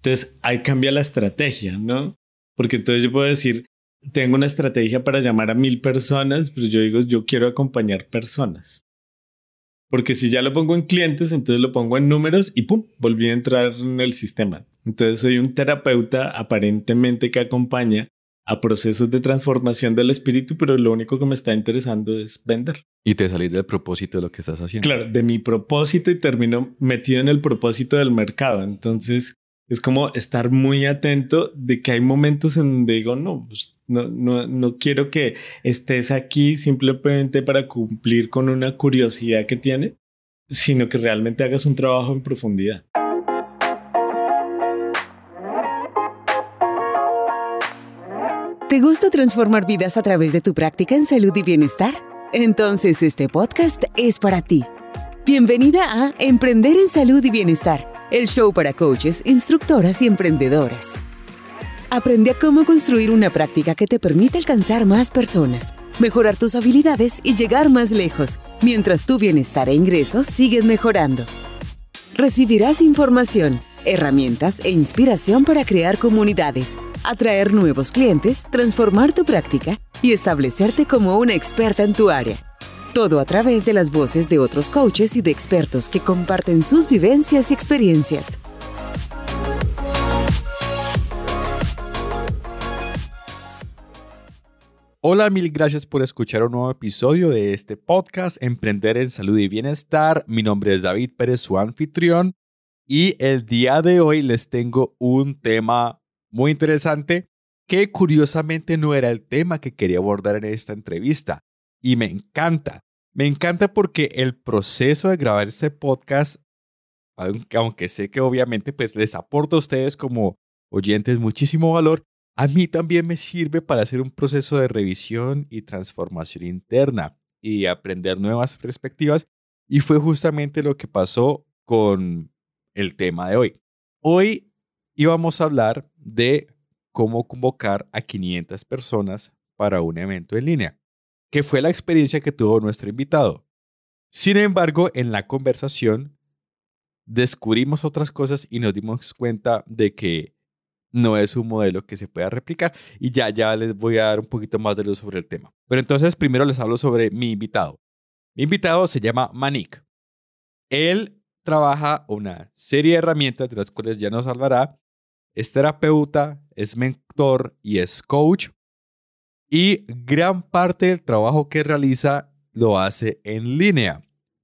Entonces ahí cambia la estrategia, ¿no? Porque entonces yo puedo decir, tengo una estrategia para llamar a 1000 personas, pero yo digo, yo quiero acompañar personas. Porque si ya lo pongo en clientes, entonces lo pongo en números y ¡pum! Volví a entrar en el sistema. Entonces soy un terapeuta aparentemente que acompaña a procesos de transformación del espíritu, pero lo único que me está interesando es vender. Y te salís del propósito de lo que estás haciendo. Claro, de mi propósito y termino metido en el propósito del mercado. Entonces es como estar muy atento de que hay momentos en donde digo, no, pues no quiero que estés aquí simplemente para cumplir con una curiosidad que tienes, sino que realmente hagas un trabajo en profundidad. ¿Te gusta transformar vidas a través de tu práctica en salud y bienestar? Entonces este podcast es para ti. Bienvenida a Emprender en Salud y Bienestar, el show para coaches, instructoras y emprendedoras. Aprende a cómo construir una práctica que te permita alcanzar más personas, mejorar tus habilidades y llegar más lejos, mientras tu bienestar e ingresos siguen mejorando. Recibirás información, herramientas e inspiración para crear comunidades, atraer nuevos clientes, transformar tu práctica y establecerte como una experta en tu área. Todo a través de las voces de otros coaches y de expertos que comparten sus vivencias y experiencias. Hola, mil gracias por escuchar un nuevo episodio de este podcast, Emprender en Salud y Bienestar. Mi nombre es David Pérez, su anfitrión, y el día de hoy les tengo un tema muy interesante que curiosamente no era el tema que quería abordar en esta entrevista. Y me encanta porque el proceso de grabar este podcast, aunque sé que obviamente pues les aporto a ustedes como oyentes muchísimo valor, a mí también me sirve para hacer un proceso de revisión y transformación interna y aprender nuevas perspectivas. Y fue justamente lo que pasó con el tema de hoy. Hoy íbamos a hablar de cómo convocar a 500 personas para un evento en línea, que fue la experiencia que tuvo nuestro invitado. Sin embargo, en la conversación descubrimos otras cosas y nos dimos cuenta de que no es un modelo que se pueda replicar. Y ya les voy a dar un poquito más de luz sobre el tema. Pero entonces primero les hablo sobre mi invitado. Mi invitado se llama Manik. Él trabaja una serie de herramientas de las cuales ya nos hablará. Es terapeuta, es mentor y es coach. Y gran parte del trabajo que realiza lo hace en línea.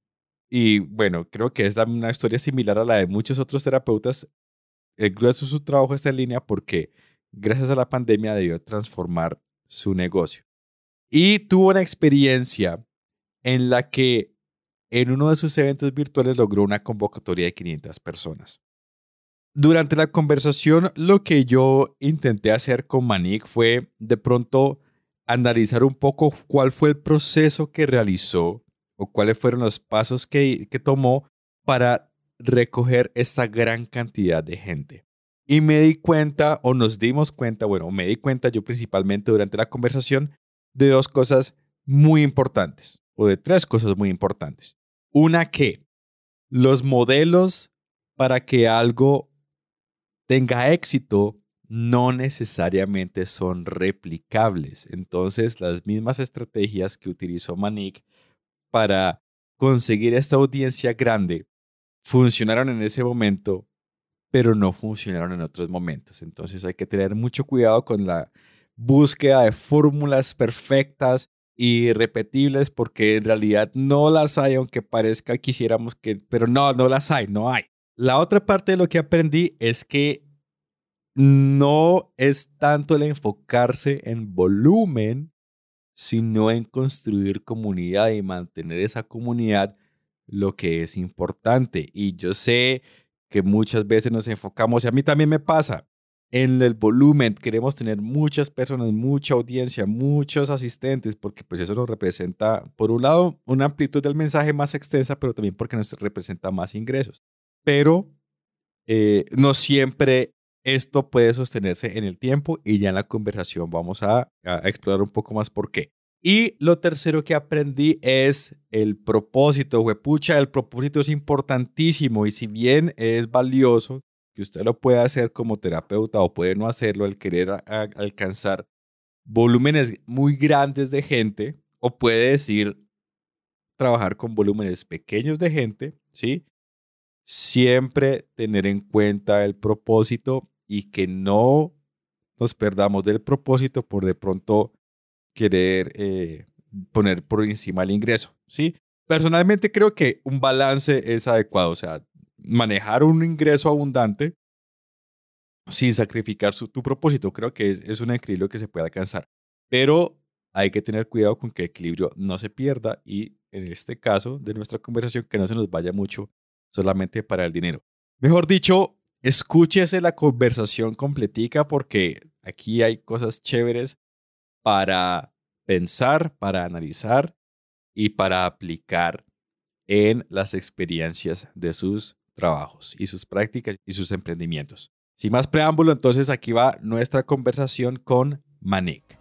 Y bueno, creo que es una historia similar a la de muchos otros terapeutas. El grueso de su trabajo está en línea porque gracias a la pandemia debió transformar su negocio. Y tuvo una experiencia en la que en uno de sus eventos virtuales logró una convocatoria de 500 personas. Durante la conversación, lo que yo intenté hacer con Manik fue de pronto analizar un poco cuál fue el proceso que realizó o cuáles fueron los pasos que tomó para recoger esta gran cantidad de gente. Y me di cuenta, o nos dimos cuenta, me di cuenta yo principalmente durante la conversación de dos cosas muy importantes, o de tres cosas muy importantes. Una, que los modelos para que algo tenga éxito no necesariamente son replicables. Entonces, las mismas estrategias que utilizó Manik para conseguir esta audiencia grande funcionaron en ese momento, pero no funcionaron en otros momentos. Entonces, hay que tener mucho cuidado con la búsqueda de fórmulas perfectas y repetibles, porque en realidad no las hay, aunque parezca quisiéramos que, pero no las hay, no hay. La otra parte de lo que aprendí es que no es tanto el enfocarse en volumen, sino en construir comunidad y mantener esa comunidad lo que es importante. Y yo sé que muchas veces nos enfocamos, y a mí también me pasa, en el volumen. Queremos tener muchas personas, mucha audiencia, muchos asistentes, porque pues eso nos representa, por un lado, una amplitud del mensaje más extensa, pero también porque nos representa más ingresos. Pero no siempre esto puede sostenerse en el tiempo, y ya en la conversación vamos a explorar un poco más por qué. Y lo tercero que aprendí es el propósito. Huepucha, el propósito es importantísimo, y si bien es valioso que usted lo puede hacer como terapeuta o puede no hacerlo, el querer alcanzar volúmenes muy grandes de gente, o puede decir trabajar con volúmenes pequeños de gente, ¿sí? Siempre tener en cuenta el propósito y que no nos perdamos del propósito por de pronto querer poner por encima el ingreso, ¿sí? Personalmente creo que un balance es adecuado, o sea, manejar un ingreso abundante sin sacrificar tu propósito. Creo que es un equilibrio que se puede alcanzar, pero hay que tener cuidado con que el equilibrio no se pierda y en este caso de nuestra conversación que no se nos vaya mucho solamente para el dinero. Mejor dicho, escúchese la conversación completica porque aquí hay cosas chéveres para pensar, para analizar y para aplicar en las experiencias de sus trabajos y sus prácticas y sus emprendimientos. Sin más preámbulo, entonces aquí va nuestra conversación con Manik.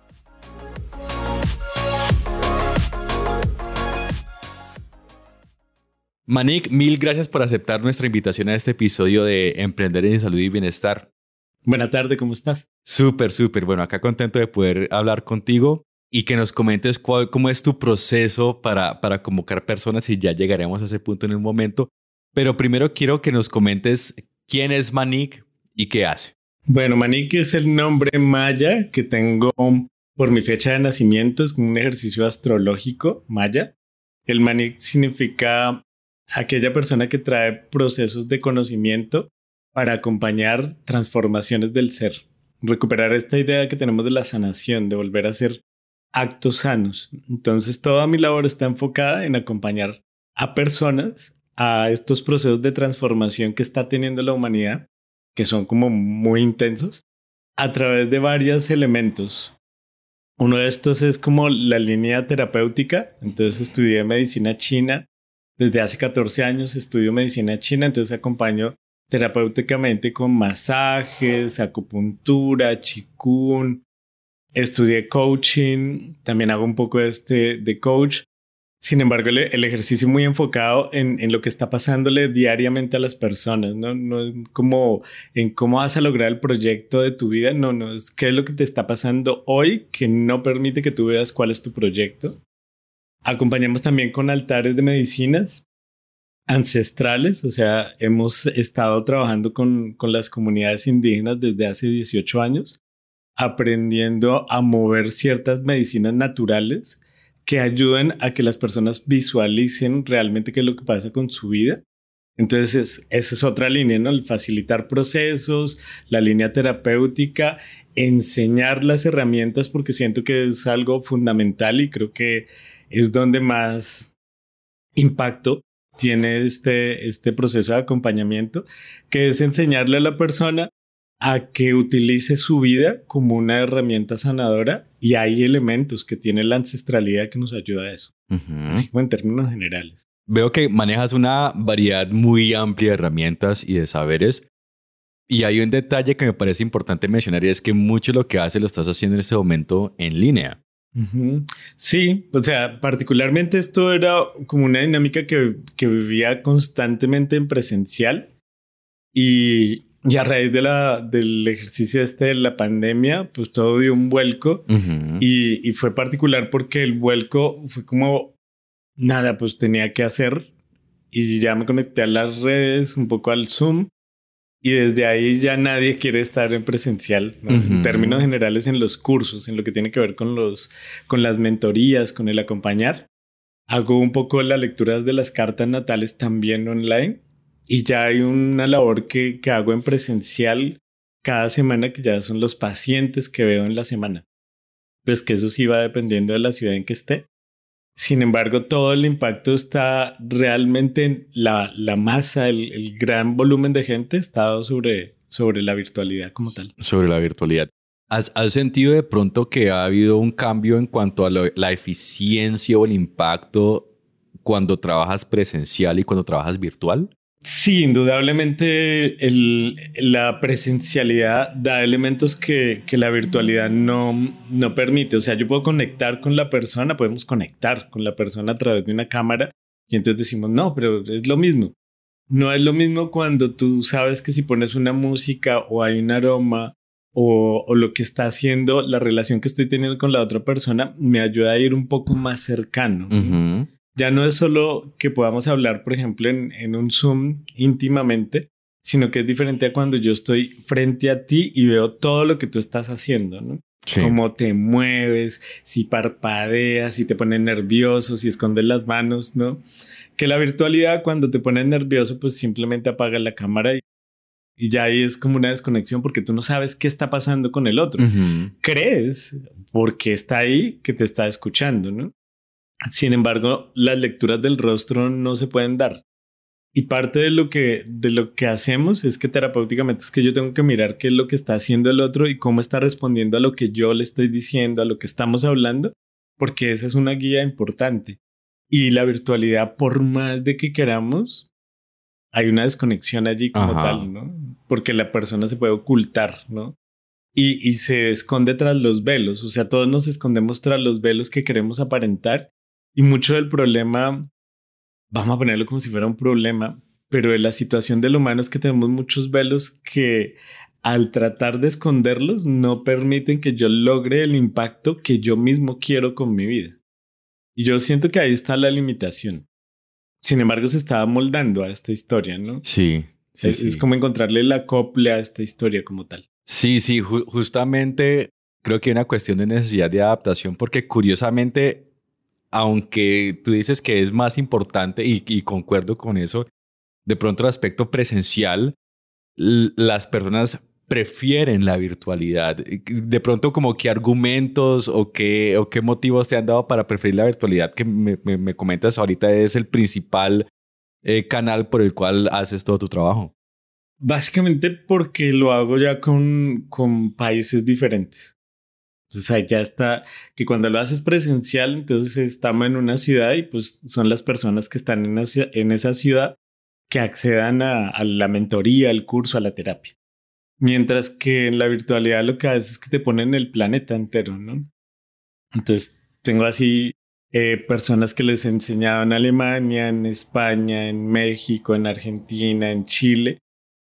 Manik, mil gracias por aceptar nuestra invitación a este episodio de Emprender en Salud y Bienestar. Buenas tardes, ¿cómo estás? Súper. Bueno, acá contento de poder hablar contigo y que nos comentes cómo es tu proceso para convocar personas y ya llegaremos a ese punto en un momento. Pero primero quiero que nos comentes quién es Manik y qué hace. Bueno, Manik es el nombre maya que tengo por mi fecha de nacimiento, es como un ejercicio astrológico maya. El Manik significa aquella persona que trae procesos de conocimiento para acompañar transformaciones del ser. Recuperar esta idea que tenemos de la sanación, de volver a hacer actos sanos. Entonces toda mi labor está enfocada en acompañar a personas a estos procesos de transformación que está teniendo la humanidad, que son como muy intensos, a través de varios elementos. Uno de estos es como la línea terapéutica. Entonces estudié medicina china. Desde hace 14 años estudio medicina china, entonces acompaño terapéuticamente con masajes, acupuntura, qigong. Estudié coaching, también hago un poco de coach. Sin embargo, el ejercicio muy enfocado en lo que está pasándole diariamente a las personas, ¿no? No es como en cómo vas a lograr el proyecto de tu vida, no, es qué es lo que te está pasando hoy que no permite que tú veas cuál es tu proyecto. Acompañamos también con altares de medicinas ancestrales, o sea, hemos estado trabajando con las comunidades indígenas desde hace 18 años, aprendiendo a mover ciertas medicinas naturales que ayuden a que las personas visualicen realmente qué es lo que pasa con su vida. Entonces, esa es otra línea, ¿no? El facilitar procesos, la línea terapéutica, enseñar las herramientas, porque siento que es algo fundamental y creo que es donde más impacto tiene este proceso de acompañamiento, que es enseñarle a la persona a que utilice su vida como una herramienta sanadora, y hay elementos que tiene la ancestralidad que nos ayuda a eso. Así como en términos generales. Veo que manejas una variedad muy amplia de herramientas y de saberes. Y hay un detalle que me parece importante mencionar y es que mucho de lo que haces lo estás haciendo en este momento en línea. Sí, o sea, particularmente esto era como una dinámica que vivía constantemente en presencial y a raíz del ejercicio de la pandemia, pues todo dio un vuelco y fue particular porque el vuelco fue como nada, pues tenía que hacer y ya me conecté a las redes, un poco al Zoom. Y desde ahí ya nadie quiere estar en presencial, ¿no? En términos generales en los cursos, en lo que tiene que ver con las mentorías, con el acompañar. Hago un poco las lecturas de las cartas natales también online. Y ya hay una labor que hago en presencial cada semana, que ya son los pacientes que veo en la semana. Pues que eso sí va dependiendo de la ciudad en que esté. Sin embargo, todo el impacto está realmente en la masa, el gran volumen de gente está dado sobre la virtualidad como tal. Sobre la virtualidad. ¿Has sentido de pronto que ha habido un cambio en cuanto a la eficiencia o el impacto cuando trabajas presencial y cuando trabajas virtual? Sí, indudablemente la presencialidad da elementos que la virtualidad no permite. O sea, yo puedo conectar con la persona, podemos conectar con la persona a través de una cámara y entonces decimos, no, pero es lo mismo. no es lo mismo cuando tú sabes que si pones una música o hay un aroma o lo que está haciendo, la relación que estoy teniendo con la otra persona me ayuda a ir un poco más cercano. Ujú. Ya no es solo que podamos hablar, por ejemplo, en un Zoom íntimamente, sino que es diferente a cuando yo estoy frente a ti y veo todo lo que tú estás haciendo, ¿no? Sí. Cómo te mueves, si parpadeas, si te pones nervioso, si escondes las manos, ¿no? Que la virtualidad, cuando te pones nervioso, pues simplemente apagas la cámara y ya ahí es como una desconexión porque tú no sabes qué está pasando con el otro. Ujú. Crees, porque está ahí, que te está escuchando, ¿no? Sin embargo, las lecturas del rostro no se pueden dar. Y parte de lo que hacemos es que terapéuticamente es que yo tengo que mirar qué es lo que está haciendo el otro y cómo está respondiendo a lo que yo le estoy diciendo, a lo que estamos hablando, porque esa es una guía importante. Y la virtualidad, por más de que queramos, hay una desconexión allí como Ajá. tal, ¿no? Porque la persona se puede ocultar, ¿no? Y se esconde tras los velos. O sea, todos nos escondemos tras los velos que queremos aparentar. Y mucho del problema, vamos a ponerlo como si fuera un problema, pero de la situación del humano es que tenemos muchos velos que al tratar de esconderlos no permiten que yo logre el impacto que yo mismo quiero con mi vida. Y yo siento que ahí está la limitación. Sin embargo, se está moldando a esta historia, ¿no? Sí, sí, Es como encontrarle el acople a esta historia como tal. Sí, sí, justamente creo que hay una cuestión de necesidad de adaptación porque curiosamente, aunque tú dices que es más importante y concuerdo con eso, de pronto el aspecto presencial, las personas prefieren la virtualidad. De pronto como qué argumentos o qué motivos te han dado para preferir la virtualidad que me comentas ahorita es el principal canal por el cual haces todo tu trabajo. Básicamente porque lo hago ya con países diferentes. Entonces ahí ya está, que cuando lo haces presencial, entonces estamos en una ciudad y pues son las personas que están en esa ciudad que accedan a la mentoría, al curso, a la terapia. Mientras que en la virtualidad lo que haces es que te ponen el planeta entero, ¿no? Entonces tengo así personas que les he enseñado en Alemania, en España, en México, en Argentina, en Chile,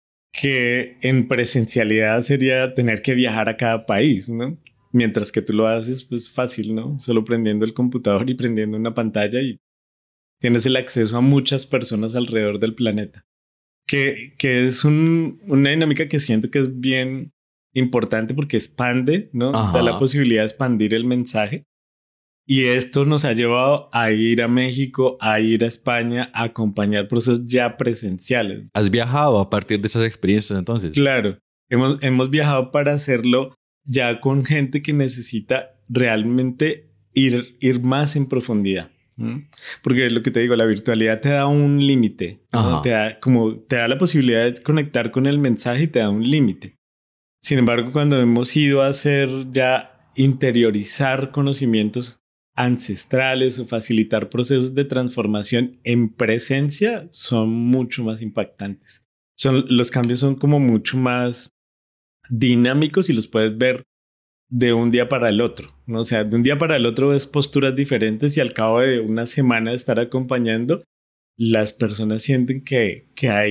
que en presencialidad sería tener que viajar a cada país, ¿no? Mientras que tú lo haces, pues fácil, ¿no? Solo prendiendo el computador y prendiendo una pantalla y tienes el acceso a muchas personas alrededor del planeta. Que es una dinámica que siento que es bien importante porque expande, ¿no? Ajá. Da la posibilidad de expandir el mensaje. Y esto nos ha llevado a ir a México, a ir a España, a acompañar procesos ya presenciales. ¿Has viajado a partir de esas experiencias entonces? Claro, hemos viajado para hacerlo ya con gente que necesita realmente ir más en profundidad. ¿Mm? Porque lo que te digo, la virtualidad te da un límite, ¿no? Te da la posibilidad de conectar con el mensaje y te da un límite. Sin embargo, cuando hemos ido a hacer ya interiorizar conocimientos ancestrales o facilitar procesos de transformación en presencia, son mucho más impactantes. Los cambios son como mucho más dinámicos y los puedes ver de un día para el otro, ¿no? O sea, de un día para el otro ves posturas diferentes y al cabo de una semana de estar acompañando, las personas sienten que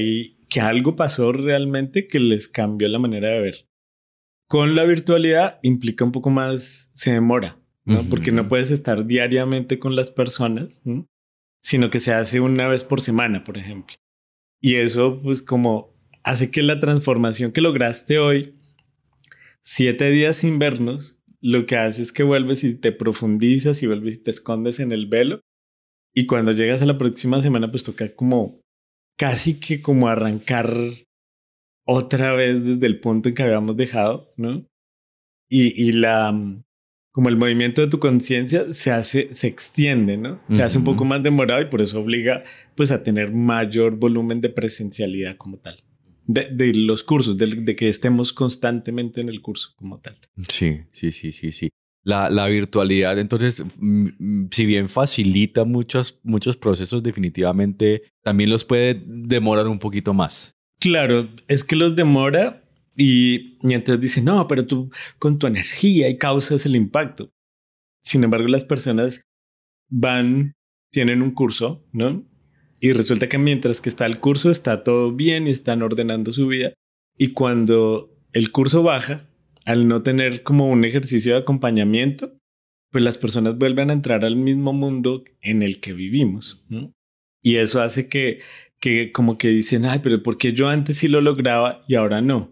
algo pasó realmente que les cambió la manera de ver. Con la virtualidad implica un poco más, se demora, ¿no? Uh-huh. Porque no puedes estar diariamente con las personas, ¿no? Sino que se hace una vez por semana, por ejemplo. Y eso pues como hace que la transformación que lograste hoy, 7 días sin vernos, lo que hace es que vuelves y te profundizas y vuelves y te escondes en el velo. Y cuando llegas a la próxima semana, pues toca como casi que como arrancar otra vez desde el punto en que habíamos dejado, ¿no? Y como el movimiento de tu conciencia se extiende, ¿no? Se hace un poco más demorado y por eso obliga pues a tener mayor volumen de presencialidad como tal. De los cursos, de que estemos constantemente en el curso como tal. Sí. La virtualidad, entonces, si bien facilita muchos procesos, definitivamente también los puede demorar un poquito más. Claro, es que los demora y entonces dicen, no, pero tú con tu energía y causas el impacto. Sin embargo, las personas tienen un curso, ¿no? Y resulta que mientras que está el curso está todo bien y están ordenando su vida. Y cuando el curso baja, al no tener como un ejercicio de acompañamiento, pues las personas vuelven a entrar al mismo mundo en el que vivimos, ¿no? Y eso hace que como que dicen, ay, pero ¿por qué yo antes sí lo lograba y ahora no?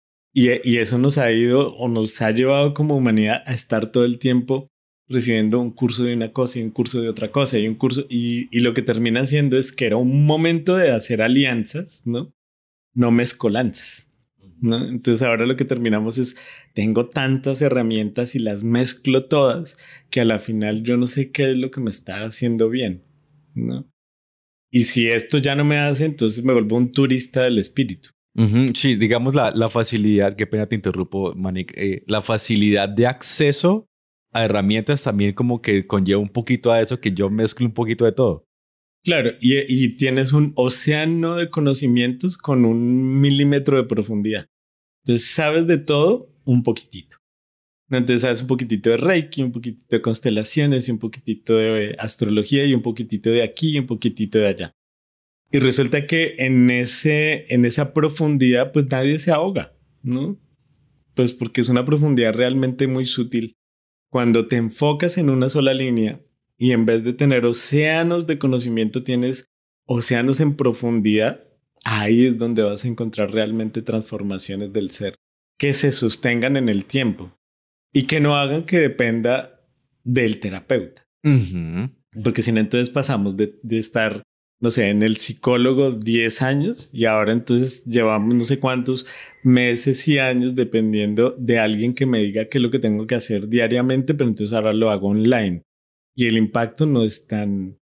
Y eso nos ha ido o nos ha llevado como humanidad a estar todo el tiempo recibiendo un curso de una cosa y un curso de otra cosa y un curso. Y lo que termina haciendo es que era un momento de hacer alianzas, ¿no? No mezcolanzas, ¿no? Entonces ahora lo que terminamos es, tengo tantas herramientas y las mezclo todas que a la final yo no sé qué es lo que me está haciendo bien, ¿no? Y si esto ya no me hace, entonces me vuelvo un turista del espíritu. Sí, digamos la facilidad, qué pena te interrumpo, Manik, la facilidad de acceso a herramientas también como que conlleva un poquito a eso, que yo mezclo un poquito de todo. Claro, y tienes un océano de conocimientos con 1 milímetro de profundidad. Entonces sabes de todo un poquitito. Entonces sabes un poquitito de Reiki, un poquitito de constelaciones y un poquitito de astrología y un poquitito de aquí y un poquitito de allá. Y resulta que en esa profundidad pues nadie se ahoga, ¿no? Pues porque es una profundidad realmente muy sutil. Cuando te enfocas en una sola línea y en vez de tener océanos de conocimiento tienes océanos en profundidad, ahí es donde vas a encontrar realmente transformaciones del ser que se sostengan en el tiempo y que no hagan que dependa del terapeuta. Porque si no, entonces pasamos de estar, no sé, en el psicólogo 10 años y ahora entonces llevamos no sé cuántos meses y años dependiendo de alguien que me diga qué es lo que tengo que hacer diariamente, pero entonces ahora lo hago online y el impacto no es tan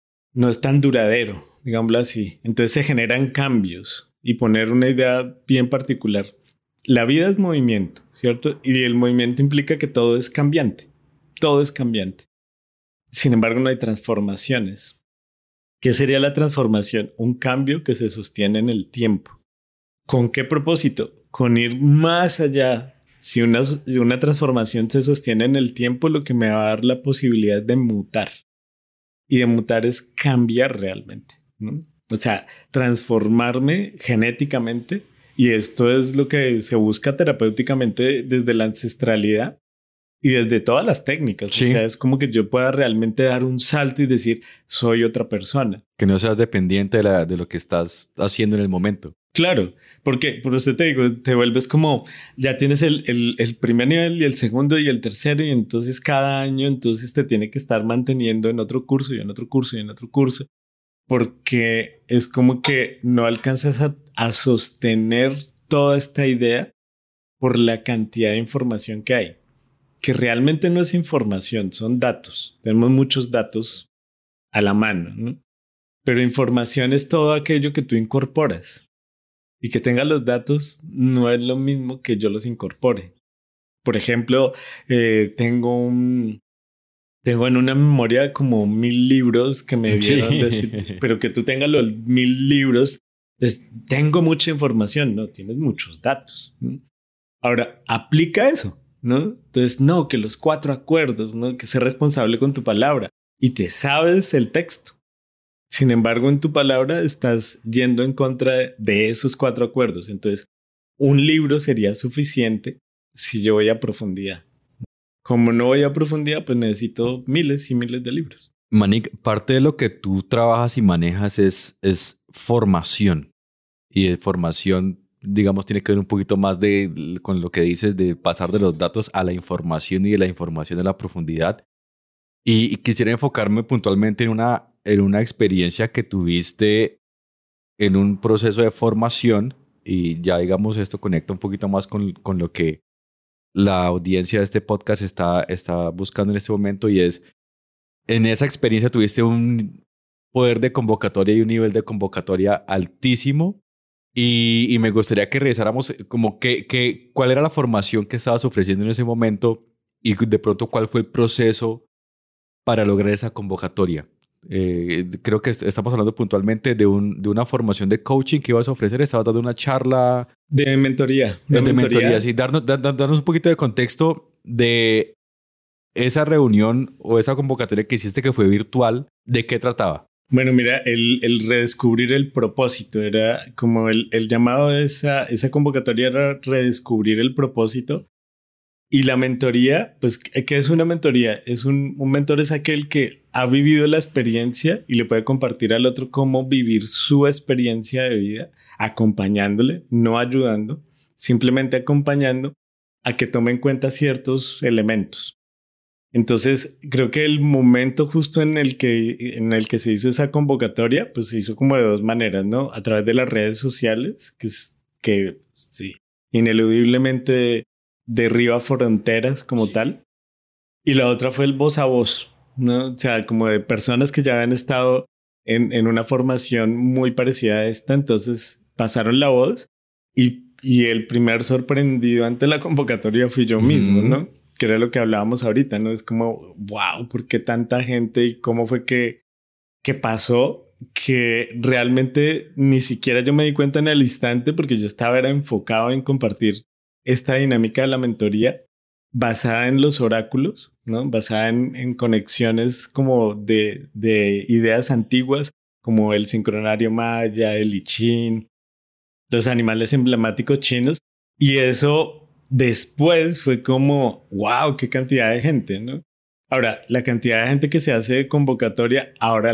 duradero, digámoslo así. Entonces se generan cambios y poner una idea bien particular. La vida es movimiento, ¿cierto? Y el movimiento implica que todo es cambiante. Todo es cambiante. Sin embargo, no hay transformaciones. ¿Qué sería la transformación? Un cambio que se sostiene en el tiempo. ¿Con qué propósito? Con ir más allá. Si una transformación se sostiene en el tiempo, lo que me va a dar la posibilidad de mutar. Y de mutar es cambiar realmente, ¿no? O sea, transformarme genéticamente. Y esto es lo que se busca terapéuticamente desde la ancestralidad y desde todas las técnicas. Sí. O sea, es como que yo pueda realmente dar un salto y decir, soy otra persona. Que no seas dependiente de lo que estás haciendo en el momento. Claro, porque por eso te digo, te vuelves como, ya tienes el primer nivel y el segundo y el tercero y entonces cada año entonces te tiene que estar manteniendo en otro curso y en otro curso y en otro curso. Porque es como que no alcanzas a sostener toda esta idea por la cantidad de información que hay. Que realmente no es información, son datos. Tenemos muchos datos a la mano, ¿no? Pero información es todo aquello que tú incorporas. Y que tenga los datos no es lo mismo que yo los incorpore. Por ejemplo, tengo en una memoria como 1000 libros que me dieron, sí. Pero que tú tengas los 1000 libros, entonces tengo mucha información, ¿no? Tienes muchos datos, ¿no? Ahora, aplica eso, ¿no? Entonces, no, que los 4 acuerdos, ¿no? Que ser responsable con tu palabra y te sabes el texto. Sin embargo, en tu palabra estás yendo en contra de esos 4 acuerdos. Entonces, un libro sería suficiente si yo voy a profundidad. Como no voy a profundidad, pues necesito miles y miles de libros. Manik, parte de lo que tú trabajas y manejas es formación. Y de formación, digamos, tiene que ver un poquito más con lo que dices de pasar de los datos a la información y de la información a la profundidad. Y quisiera enfocarme puntualmente en una experiencia que tuviste en un proceso de formación. Y ya, digamos, esto conecta un poquito más con lo que la audiencia de este podcast está buscando en este momento, y es, en esa experiencia tuviste un poder de convocatoria y un nivel de convocatoria altísimo, y me gustaría que revisáramos como cuál era la formación que estabas ofreciendo en ese momento y de pronto cuál fue el proceso para lograr esa convocatoria. Creo que estamos hablando puntualmente de una formación de coaching que ibas a ofrecer. Estabas dando una charla de mentoría. De mentoría, sí. Darnos un poquito de contexto de esa reunión o esa convocatoria que hiciste que fue virtual. ¿De qué trataba? Bueno, mira, el redescubrir el propósito era como el llamado de esa convocatoria era redescubrir el propósito. Y la mentoría, pues, ¿qué es una mentoría? Un mentor es aquel que ha vivido la experiencia y le puede compartir al otro cómo vivir su experiencia de vida, acompañándole, no ayudando, simplemente acompañando a que tome en cuenta ciertos elementos. Entonces, creo que el momento justo en el que se hizo esa convocatoria, pues se hizo como de dos maneras, ¿no? A través de las redes sociales, que sí, ineludiblemente derriba fronteras como tal. Y la otra fue el voz a voz, ¿no? O sea, como de personas que ya habían estado en una formación muy parecida a esta, entonces pasaron la voz y el primer sorprendido ante la convocatoria fui yo mismo, ¿no? Que era lo que hablábamos ahorita, ¿no? Es como, wow, ¿por qué tanta gente y cómo fue que pasó? Que realmente ni siquiera yo me di cuenta en el instante porque yo era enfocado en compartir esta dinámica de la mentoría basada en los oráculos, ¿no? Basada en conexiones como de ideas antiguas como el sincronario maya, el I Ching, los animales emblemáticos chinos. Y eso después fue como, wow, qué cantidad de gente, ¿no? Ahora, la cantidad de gente que se hace de convocatoria, ahora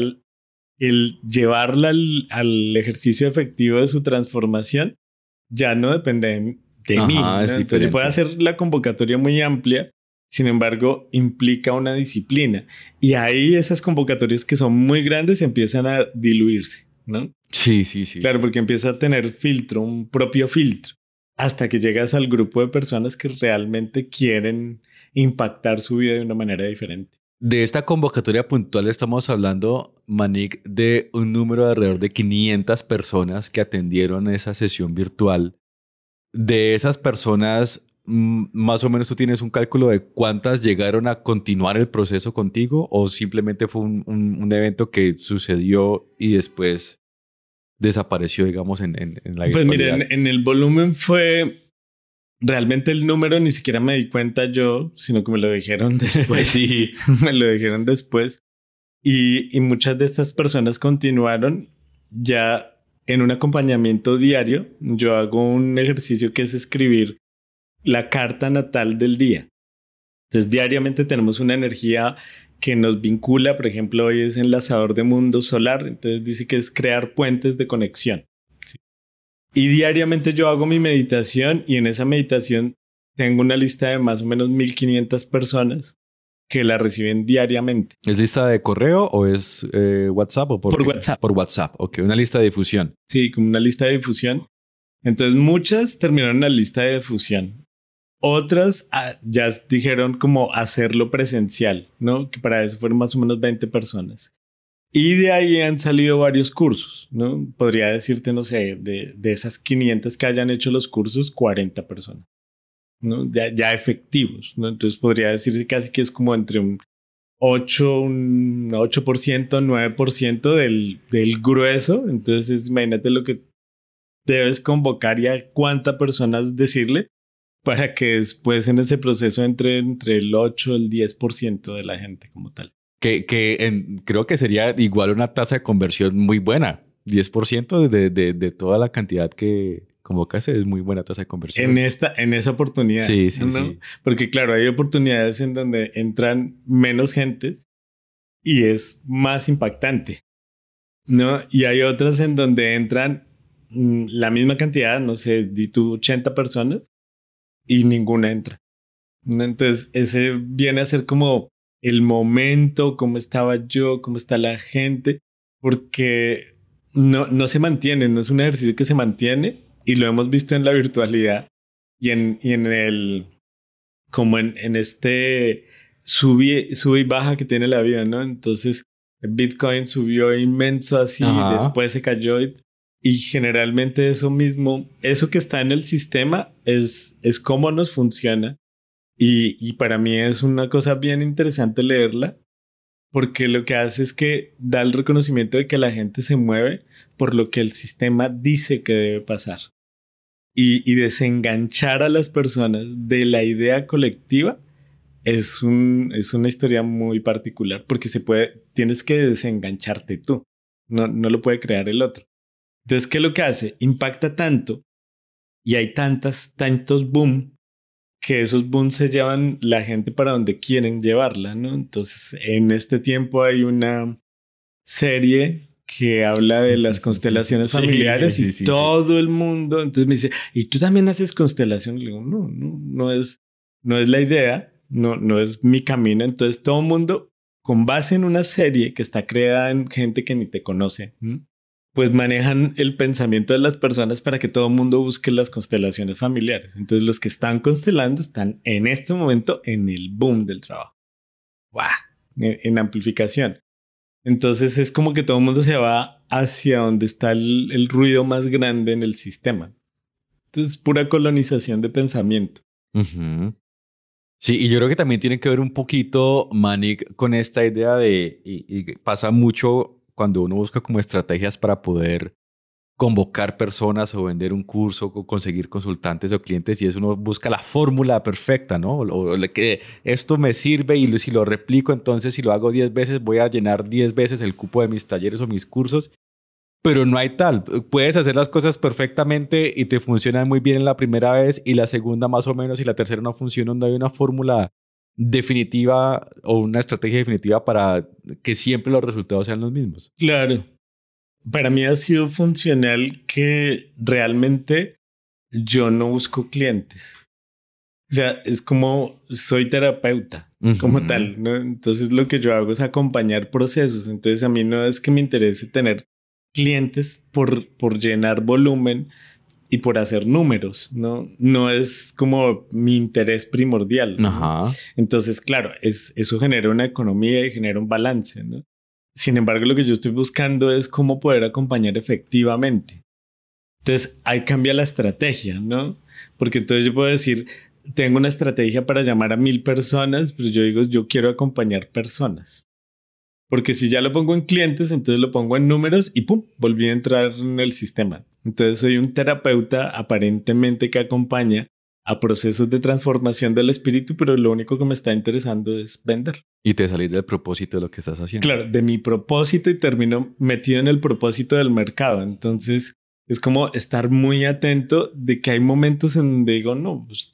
el llevarla al ejercicio efectivo de su transformación ya no depende de mí, ¿no? Entonces yo puedo hacer la convocatoria muy amplia, sin embargo implica una disciplina y ahí esas convocatorias que son muy grandes empiezan a diluirse, ¿no? Sí. Claro, porque empieza a tener filtro, un propio filtro, hasta que llegas al grupo de personas que realmente quieren impactar su vida de una manera diferente. De esta convocatoria puntual estamos hablando, Manik, de un número de alrededor de 500 personas que atendieron esa sesión virtual. De esas personas, más o menos tú tienes un cálculo de cuántas llegaron a continuar el proceso contigo o simplemente fue un evento que sucedió y después desapareció, digamos, en la virtualidad. Pues miren, en el volumen fue... Realmente el número ni siquiera me di cuenta yo, sino que me lo dijeron después. Sí. Me lo dijeron después. Y muchas de estas personas continuaron ya en un acompañamiento diario. Yo hago un ejercicio que es escribir la carta natal del día. Entonces diariamente tenemos una energía que nos vincula. Por ejemplo, hoy es enlazador de mundo solar. Entonces dice que es crear puentes de conexión. Y diariamente yo hago mi meditación y en esa meditación tengo una lista de más o menos 1500 personas que la reciben diariamente. ¿Es lista de correo o es WhatsApp? ¿O por WhatsApp. Por WhatsApp, ok. Una lista de difusión. Sí, como una lista de difusión. Entonces muchas terminaron en la lista de difusión. Otras ya dijeron como hacerlo presencial, ¿no? Que para eso fueron más o menos 20 personas. Y de ahí han salido varios cursos, ¿no? Podría decirte, no sé, de esas 500 que hayan hecho los cursos, 40 personas, ¿no? Ya efectivos, ¿no? Entonces podría decirse casi que es como entre un 8%, 9% del grueso. Entonces imagínate lo que debes convocar y a cuántas personas decirle para que después en ese proceso entre el 8 y el 10% de la gente como tal. Creo que sería igual una tasa de conversión muy buena. 10% de toda la cantidad que convocas es muy buena tasa de conversión. En esa oportunidad. Sí, ¿no? sí. Porque claro, hay oportunidades en donde entran menos gentes y es más impactante, ¿no? Y hay otras en donde entran la misma cantidad, no sé, di tú 80 personas y ninguna entra, ¿no? Entonces ese viene a ser como el momento, cómo estaba yo, cómo está la gente, porque no se mantiene, no es un ejercicio que se mantiene y lo hemos visto en la virtualidad y en el, como en este sube y baja que tiene la vida, ¿no? Entonces Bitcoin subió inmenso así, después se cayó y generalmente eso mismo, eso que está en el sistema es cómo nos funciona. Y para mí es una cosa bien interesante leerla porque lo que hace es que da el reconocimiento de que la gente se mueve por lo que el sistema dice que debe pasar. Y desenganchar a las personas de la idea colectiva es una historia muy particular porque tienes que desengancharte tú. no lo puede crear el otro. Entonces, ¿qué es lo que hace? Impacta tanto y hay tantos boom que esos booms se llevan la gente para donde quieren llevarla, ¿no? Entonces, en este tiempo hay una serie que habla de las constelaciones familiares y todo el mundo, entonces me dice, ¿y tú también haces constelación? Le digo, no es la idea, no es mi camino. Entonces todo el mundo, con base en una serie que está creada en gente que ni te conoce, pues manejan el pensamiento de las personas para que todo el mundo busque las constelaciones familiares. Entonces los que están constelando están en este momento en el boom del trabajo. ¡Wow! En amplificación. Entonces es como que todo el mundo se va hacia donde está el ruido más grande en el sistema. Entonces pura colonización de pensamiento. Uh-huh. Sí, y yo creo que también tiene que ver un poquito, Manik, con esta idea de, y pasa mucho cuando uno busca como estrategias para poder convocar personas o vender un curso o conseguir consultantes o clientes, y es uno busca la fórmula perfecta, ¿no? O que esto me sirve y si lo replico, entonces si lo hago 10 veces voy a llenar 10 veces el cupo de mis talleres o mis cursos, pero no hay tal. Puedes hacer las cosas perfectamente y te funcionan muy bien en la primera vez y la segunda más o menos y la tercera no funciona. No hay una fórmula definitiva o una estrategia definitiva para que siempre los resultados sean los mismos. Claro. Para mí ha sido funcional que realmente yo no busco clientes. O sea, es como soy terapeuta, como tal, ¿no? Entonces lo que yo hago es acompañar procesos. Entonces a mí no es que me interese tener clientes por llenar volumen y por hacer números, ¿no? No es como mi interés primordial, ¿no? Ajá. Entonces, claro, eso genera una economía y genera un balance, ¿no? Sin embargo, lo que yo estoy buscando es cómo poder acompañar efectivamente. Entonces, ahí cambia la estrategia, ¿no? Porque entonces yo puedo decir, tengo una estrategia para llamar a 1000 personas, pero yo digo, yo quiero acompañar personas. Porque si ya lo pongo en clientes, entonces lo pongo en números y ¡pum! Volví a entrar en el sistema. Entonces soy un terapeuta aparentemente que acompaña a procesos de transformación del espíritu, pero lo único que me está interesando es vender. Y te salís del propósito de lo que estás haciendo. Claro, de mi propósito y termino metido en el propósito del mercado. Entonces es como estar muy atento de que hay momentos en donde digo, no, pues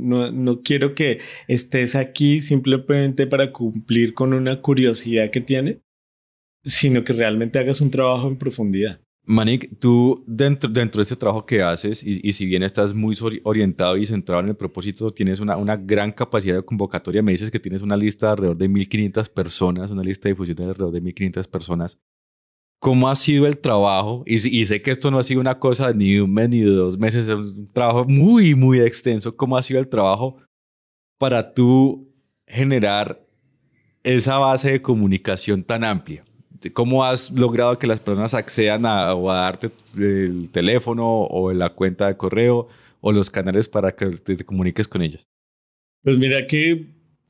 no quiero que estés aquí simplemente para cumplir con una curiosidad que tienes, sino que realmente hagas un trabajo en profundidad. Manik, tú dentro de este trabajo que haces y si bien estás muy orientado y centrado en el propósito, tienes una gran capacidad de convocatoria. Me dices que tienes una lista de alrededor de 1.500 personas, una lista de difusión de alrededor de 1.500 personas. ¿Cómo ha sido el trabajo? Y sé que esto no ha sido una cosa ni de un mes ni de 2 meses, es un trabajo muy, muy extenso. ¿Cómo ha sido el trabajo para tú generar esa base de comunicación tan amplia? ¿Cómo has logrado que las personas accedan o a darte el teléfono o la cuenta de correo o los canales para que te comuniques con ellos? Pues mira que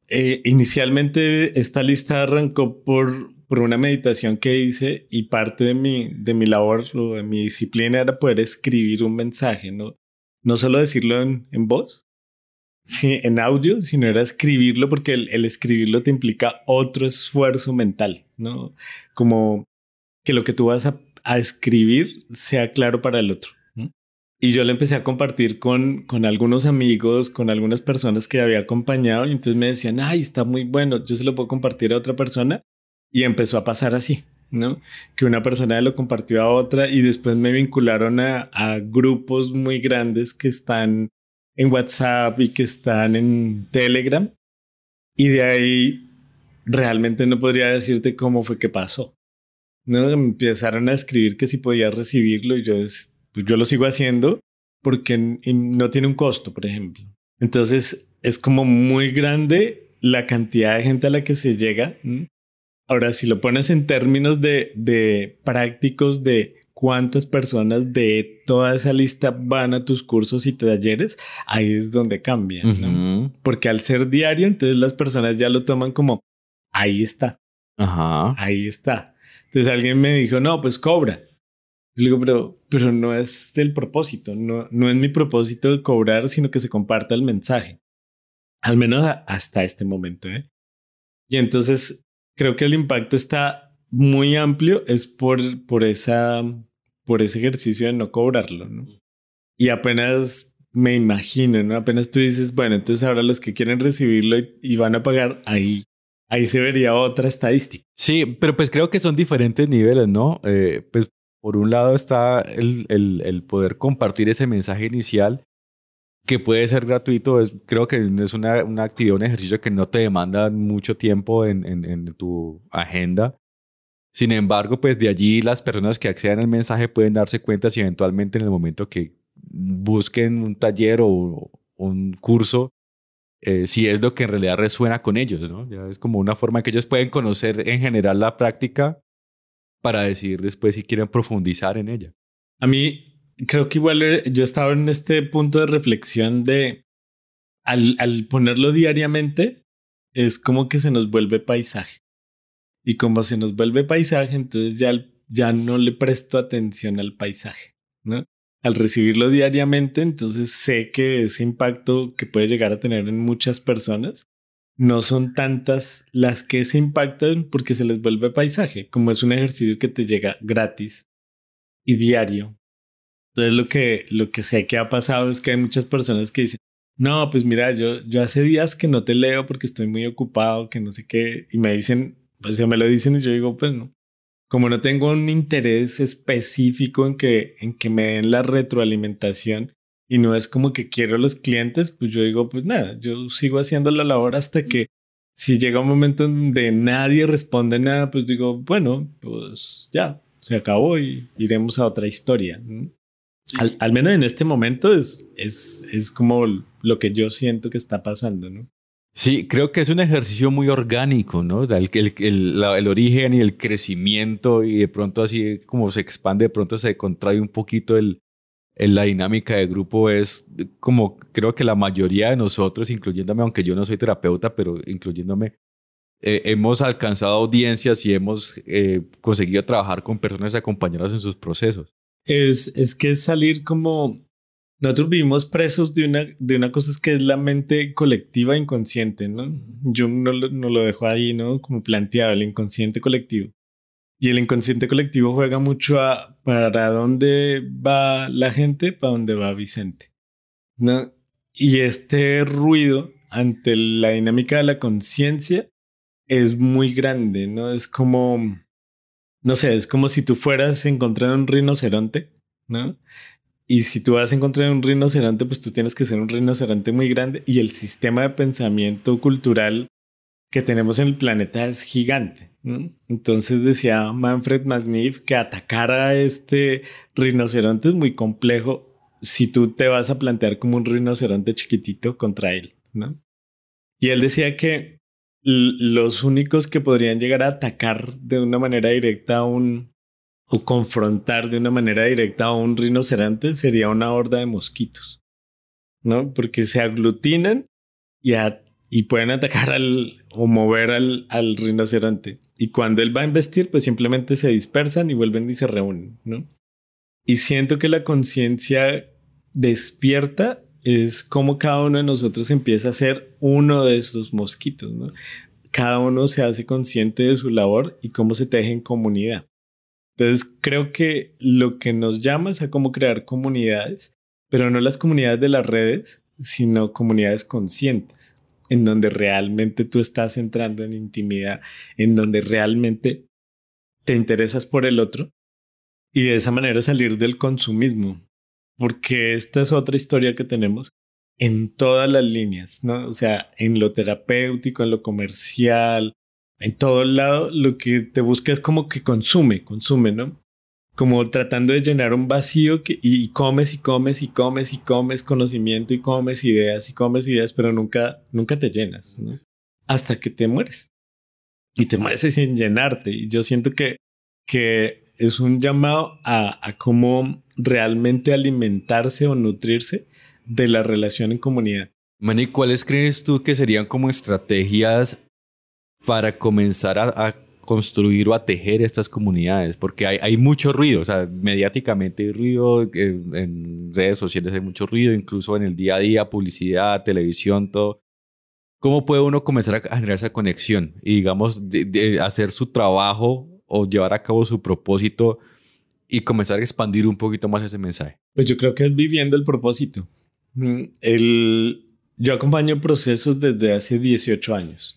inicialmente esta lista arrancó por una meditación que hice y parte de mi labor o de mi disciplina era poder escribir un mensaje, no solo decirlo en voz, sí, en audio, sino era escribirlo porque el escribirlo te implica otro esfuerzo mental, ¿no? Como que lo que tú vas a escribir sea claro para el otro, ¿no? Y yo lo empecé a compartir con algunos amigos, con algunas personas que había acompañado y entonces me decían, ay, está muy bueno, yo se lo puedo compartir a otra persona. Y empezó a pasar así, ¿no? Que una persona lo compartió a otra y después me vincularon a grupos muy grandes que están en WhatsApp y que están en Telegram. Y de ahí realmente no podría decirte cómo fue que pasó, ¿no? Me empezaron a escribir que si podía recibirlo y pues yo lo sigo haciendo porque no tiene un costo, por ejemplo. Entonces es como muy grande la cantidad de gente a la que se llega, ¿no? Ahora, si lo pones en términos de prácticos de cuántas personas de toda esa lista van a tus cursos y talleres, ahí es donde cambia, ¿no? Porque al ser diario, entonces las personas ya lo toman como, ahí está, ahí está. Entonces alguien me dijo, no, pues cobra. Yo le digo, pero no es el propósito, no es mi propósito de cobrar, sino que se comparta el mensaje. Al menos hasta este momento, ¿eh? Y entonces creo que el impacto está muy amplio es por ese ejercicio de no cobrarlo, ¿no? Y apenas me imagino, ¿no? Apenas tú dices, bueno, entonces ahora los que quieren recibirlo y van a pagar, ahí se vería otra estadística. Sí, pero pues creo que son diferentes niveles, ¿no? Pues por un lado está el poder compartir ese mensaje inicial que puede ser gratuito. Creo que es una actividad, un ejercicio que no te demanda mucho tiempo en tu agenda. Sin embargo, pues de allí las personas que accedan al mensaje pueden darse cuenta si eventualmente en el momento que busquen un taller o un curso, si es lo que en realidad resuena con ellos, ¿no? Ya es como una forma que ellos pueden conocer en general la práctica para decidir después si quieren profundizar en ella. A mí creo que igual yo estaba en este punto de reflexión de al ponerlo diariamente es como que se nos vuelve paisaje. Y como se nos vuelve paisaje, entonces ya no le presto atención al paisaje, ¿no? Al recibirlo diariamente, entonces sé que ese impacto que puede llegar a tener en muchas personas no son tantas las que se impactan porque se les vuelve paisaje, como es un ejercicio que te llega gratis y diario. Entonces lo que sé que ha pasado es que hay muchas personas que dicen, no, pues mira, yo hace días que no te leo porque estoy muy ocupado, que no sé qué, y me dicen, pues ya me lo dicen y yo digo, pues no. Como no tengo un interés específico en que me den la retroalimentación y no es como que quiero a los clientes, pues yo digo, pues nada, yo sigo haciendo la labor hasta que si llega un momento donde nadie responde nada, pues digo, bueno, pues ya, se acabó y iremos a otra historia. Sí. Al menos en este momento es como lo que yo siento que está pasando, ¿no? Sí, creo que es un ejercicio muy orgánico, ¿no? O sea, el origen y el crecimiento y de pronto así como se expande, de pronto se contrae un poquito la dinámica de grupo. Es como creo que la mayoría de nosotros, incluyéndome, aunque yo no soy terapeuta, pero incluyéndome, hemos alcanzado audiencias y hemos conseguido trabajar con personas y acompañarlas en sus procesos. Es que es salir como... Nosotros vivimos presos de una cosa que es la mente colectiva inconsciente, ¿no? Jung no lo dejó ahí, ¿no? Como planteado, el inconsciente colectivo. Y el inconsciente colectivo juega mucho a para dónde va la gente, para dónde va Vicente, ¿no? Y este ruido ante la dinámica de la conciencia es muy grande, ¿no? Es como, no sé, es como si tú fueras a encontrar un rinoceronte, ¿no? Y si tú vas a encontrar un rinoceronte, pues tú tienes que ser un rinoceronte muy grande y el sistema de pensamiento cultural que tenemos en el planeta es gigante, ¿no? Entonces decía Manfred Magniff que atacar a este rinoceronte es muy complejo si tú te vas a plantear como un rinoceronte chiquitito contra él, ¿no? Y él decía que los únicos que podrían llegar a atacar de una manera directa o confrontar de una manera directa a un rinoceronte sería una horda de mosquitos, ¿no? Porque se aglutinan y pueden atacar o mover al rinoceronte. Y cuando él va a embestir, pues simplemente se dispersan y vuelven y se reúnen, ¿no? Y siento que la conciencia despierta es como cada uno de nosotros empieza a ser uno de estos mosquitos, ¿no? Cada uno se hace consciente de su labor y cómo se teje en comunidad. Entonces creo que lo que nos llama es a cómo crear comunidades, pero no las comunidades de las redes, sino comunidades conscientes, en donde realmente tú estás entrando en intimidad, en donde realmente te interesas por el otro y de esa manera salir del consumismo, porque esta es otra historia que tenemos en todas las líneas, ¿no? O sea, en lo terapéutico, en lo comercial, en todo lado, lo que te busca es como que consume, ¿no? Como tratando de llenar un vacío y comes y comes y comes y comes conocimiento y comes ideas, pero nunca te llenas, ¿no? Hasta que te mueres. Y te mueres sin llenarte. Y yo siento que es un llamado a cómo realmente alimentarse o nutrirse de la relación en comunidad. Manny, ¿cuáles crees tú que serían como estrategias para comenzar a construir o a tejer estas comunidades? Porque hay mucho ruido, o sea, mediáticamente hay ruido, en redes sociales hay mucho ruido, incluso en el día a día, publicidad, televisión, todo. ¿Cómo puede uno comenzar a generar esa conexión y, digamos, de hacer su trabajo o llevar a cabo su propósito y comenzar a expandir un poquito más ese mensaje? Pues yo creo que es viviendo el propósito. Yo acompaño procesos desde hace 18 años.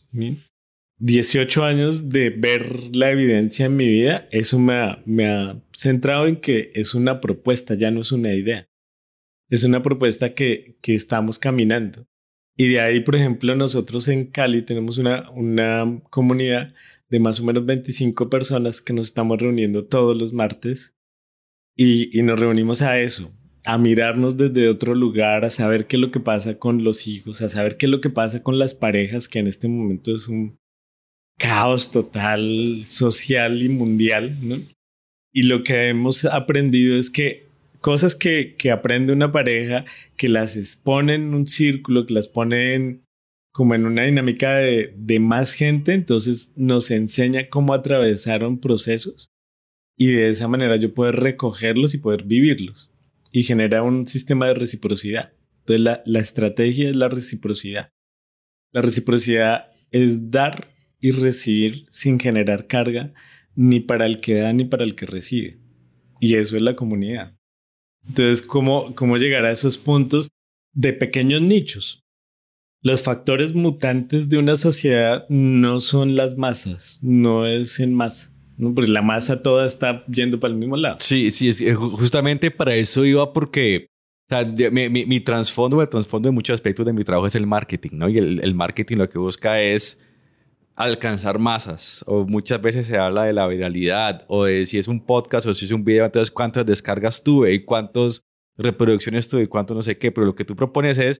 18 años de ver la evidencia en mi vida, eso me ha centrado en que es una propuesta, ya no es una idea. Es una propuesta que estamos caminando. Y de ahí, por ejemplo, nosotros en Cali tenemos una comunidad de más o menos 25 personas que nos estamos reuniendo todos los martes y nos reunimos a eso, a mirarnos desde otro lugar, a saber qué es lo que pasa con los hijos, a saber qué es lo que pasa con las parejas, que en este momento es un caos total social y mundial, ¿no? Y lo que hemos aprendido es que cosas que aprende una pareja, que las expone en un círculo, que las pone como en una dinámica de más gente, entonces nos enseña cómo atravesaron procesos y de esa manera yo poder recogerlos y poder vivirlos y genera un sistema de reciprocidad. Entonces la estrategia es la reciprocidad. La reciprocidad es dar y recibir sin generar carga ni para el que da ni para el que recibe. Y eso es la comunidad. Entonces, ¿cómo llegar a esos puntos de pequeños nichos? Los factores mutantes de una sociedad no son las masas, no es en masa, ¿no? Porque la masa toda está yendo para el mismo lado. Sí, justamente para eso iba porque o sea, mi trasfondo, el trasfondo de muchos aspectos de mi trabajo es el marketing, ¿no? Y el marketing lo que busca es alcanzar masas, o muchas veces se habla de la viralidad o de si es un podcast o si es un video, entonces cuántas descargas tuve y cuántas reproducciones tuve y cuánto no sé qué, pero lo que tú propones es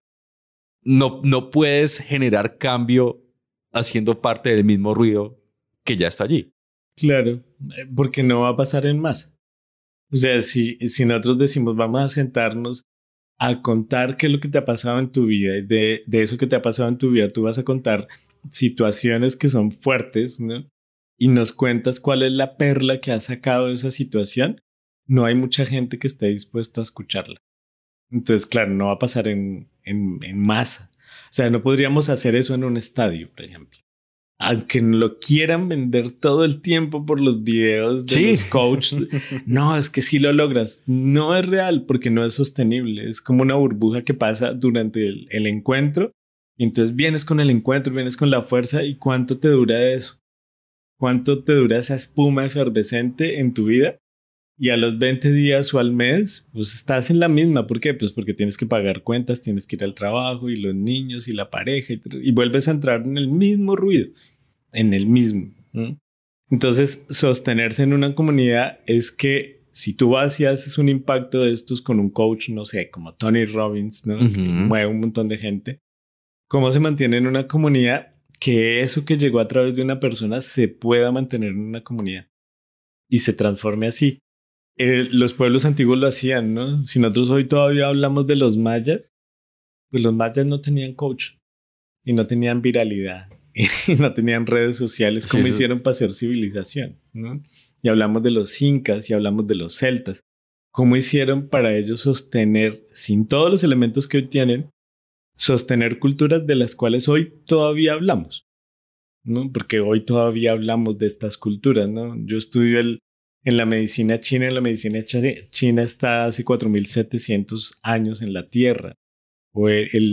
no puedes generar cambio haciendo parte del mismo ruido que ya está allí. Claro, porque no va a pasar en masa. O sea, si nosotros decimos vamos a sentarnos a contar qué es lo que te ha pasado en tu vida y de eso que te ha pasado en tu vida tú vas a contar situaciones que son fuertes, ¿no? Y nos cuentas cuál es la perla que has sacado de esa situación, no hay mucha gente que esté dispuesto a escucharla. Entonces, claro, no va a pasar en masa. O sea, no podríamos hacer eso en un estadio, por ejemplo. Aunque lo quieran vender todo el tiempo por los videos de los coaches, no, es que si lo logras. No es real porque no es sostenible. Es como una burbuja que pasa durante el encuentro. Y entonces vienes con el encuentro, vienes con la fuerza. ¿Y cuánto te dura eso? ¿Cuánto te dura esa espuma efervescente en tu vida? Y a los 20 días o al mes, pues estás en la misma. ¿Por qué? Pues porque tienes que pagar cuentas, tienes que ir al trabajo y los niños y la pareja y vuelves a entrar en el mismo ruido, en el mismo. Entonces, sostenerse en una comunidad es que si tú vas y haces un impacto de estos con un coach, no sé, como Tony Robbins, ¿no? Que mueve un montón de gente. ¿Cómo se mantiene en una comunidad? Que eso que llegó a través de una persona se pueda mantener en una comunidad y se transforme así. Los pueblos antiguos lo hacían, ¿no? Si nosotros hoy todavía hablamos de los mayas, pues los mayas no tenían coach y no tenían viralidad y no tenían redes sociales como hicieron para hacer civilización, ¿no? Y hablamos de los incas y hablamos de los celtas. ¿Cómo hicieron para ellos sostener, sin todos los elementos que hoy tienen, sostener culturas de las cuales hoy todavía hablamos, ¿no? Porque hoy todavía hablamos de estas culturas, ¿no? Yo estudio en la medicina china. En la medicina china está hace 4.700 años en la Tierra. O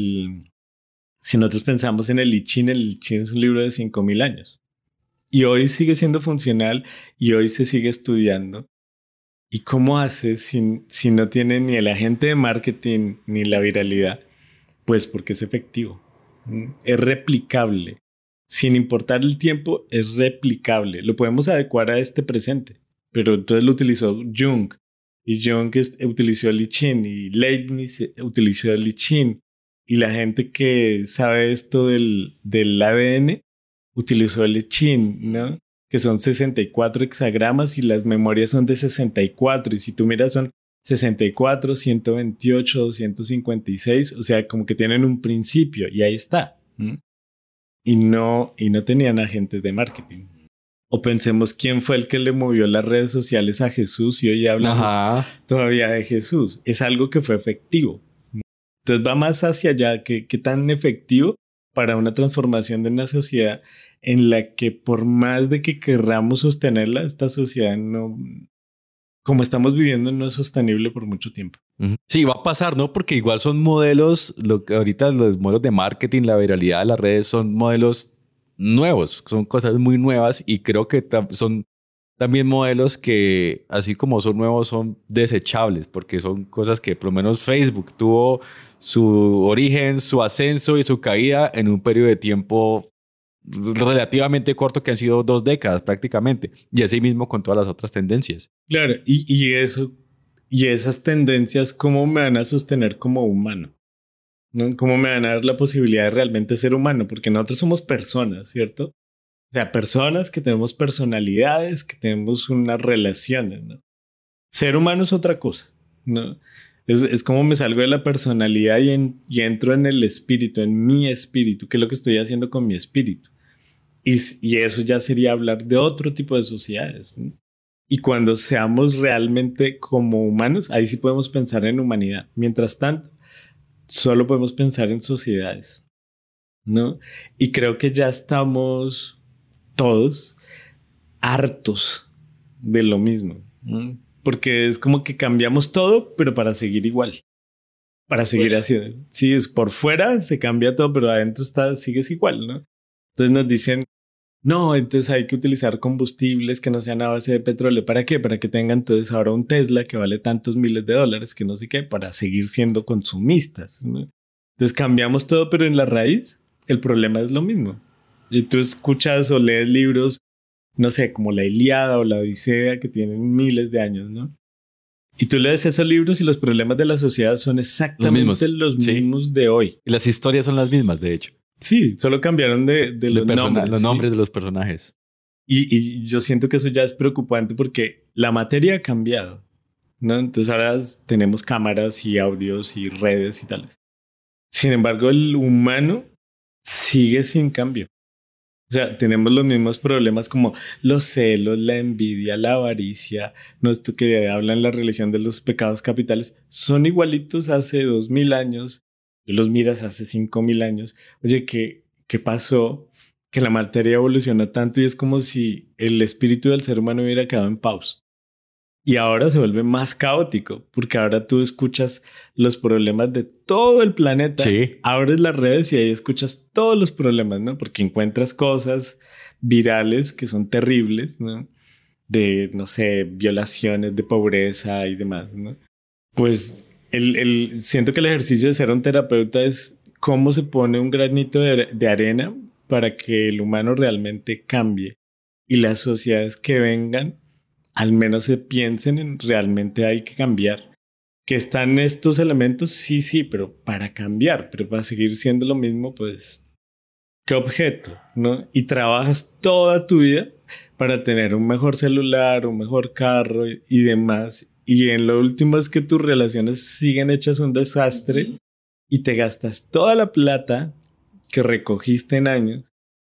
si nosotros pensamos en el I Ching es un libro de 5.000 años. Y hoy sigue siendo funcional y hoy se sigue estudiando. ¿Y cómo hace si no tiene ni el agente de marketing ni la viralidad? Pues porque es efectivo. Es replicable. Sin importar el tiempo, es replicable. Lo podemos adecuar a este presente. Pero entonces lo utilizó Jung. Y Jung utilizó el I Ching. Y Leibniz utilizó el I Ching. Y la gente que sabe esto del ADN utilizó el I Ching, ¿no? Que son 64 hexagramas y las memorias son de 64. Y si tú miras son 64, 128, 256. O sea, como que tienen un principio. Y ahí está. Y no tenían agentes de marketing. O pensemos quién fue el que le movió las redes sociales a Jesús y hoy hablamos todavía de Jesús. Es algo que fue efectivo. Entonces va más hacia allá. ¿Qué tan efectivo? para una transformación de una sociedad en la que por más de que querramos sostenerla, esta sociedad no, como estamos viviendo, no es sostenible por mucho tiempo. Sí, va a pasar, ¿no? Porque igual son modelos, lo que ahorita los modelos de marketing, la viralidad de las redes son modelos nuevos, son cosas muy nuevas y creo que son también modelos que, así como son nuevos, son desechables, porque son cosas que por lo menos Facebook tuvo su origen, su ascenso y su caída en un periodo de tiempo relativamente corto que han sido 2 décadas prácticamente, y así mismo con todas las otras tendencias. Claro, y esas tendencias, ¿cómo me van a sostener como humano? ¿No? ¿Cómo me van a dar la posibilidad de realmente ser humano? Porque nosotros somos personas, ¿cierto? O sea, personas que tenemos personalidades, que tenemos unas relaciones, ¿no? Ser humano es otra cosa, ¿no? Es como me salgo de la personalidad y entro en el espíritu, en mi espíritu, que es lo que estoy haciendo con mi espíritu. Y eso ya sería hablar de otro tipo de sociedades, ¿no? Y cuando seamos realmente como humanos, ahí sí podemos pensar en humanidad. Mientras tanto, solo podemos pensar en sociedades, ¿no? Y creo que ya estamos todos hartos de lo mismo, ¿no? Porque es como que cambiamos todo, pero para seguir igual. Para seguir haciendo. Sí, es por fuera se cambia todo, pero adentro sigues igual, ¿no? Entonces nos dicen, no, entonces hay que utilizar combustibles que no sean a base de petróleo. ¿Para qué? Para que tengan entonces ahora un Tesla que vale tantos miles de dólares, que no sé qué, para seguir siendo consumistas, ¿no? Entonces cambiamos todo, pero en la raíz el problema es lo mismo. Y tú escuchas o lees libros, no sé, como la Ilíada o la Odisea, que tienen miles de años, ¿no? Y tú lees esos libros y los problemas de la sociedad son exactamente los mismos de hoy. Y las historias son las mismas, de hecho. Sí, solo cambiaron de los nombres. Los nombres de los personajes. Y yo siento que eso ya es preocupante porque la materia ha cambiado, ¿no? Entonces ahora tenemos cámaras y audios y redes y tales. Sin embargo, el humano sigue sin cambio. O sea, tenemos los mismos problemas como los celos, la envidia, la avaricia, no esto que hablan la religión de los pecados capitales, son igualitos hace 2000 años. Los miras hace 5000 años. Oye, ¿qué pasó? Que la materia evolucionó tanto y es como si el espíritu del ser humano hubiera quedado en pausa. Y ahora se vuelve más caótico, porque ahora tú escuchas los problemas de todo el planeta. Sí. Abres las redes y ahí escuchas todos los problemas, ¿no? Porque encuentras cosas virales que son terribles, ¿no? De, no sé, violaciones, de pobreza y demás, ¿no? Pues siento que el ejercicio de ser un terapeuta es cómo se pone un granito de arena para que el humano realmente cambie y las sociedades que vengan al menos se piensen en realmente hay que cambiar. Que están estos elementos, sí, pero para cambiar, pero para seguir siendo lo mismo, pues, ¿qué objeto? ¿No? Y trabajas toda tu vida para tener un mejor celular, un mejor carro y demás. Y en lo último es que tus relaciones siguen hechas un desastre y te gastas toda la plata que recogiste en años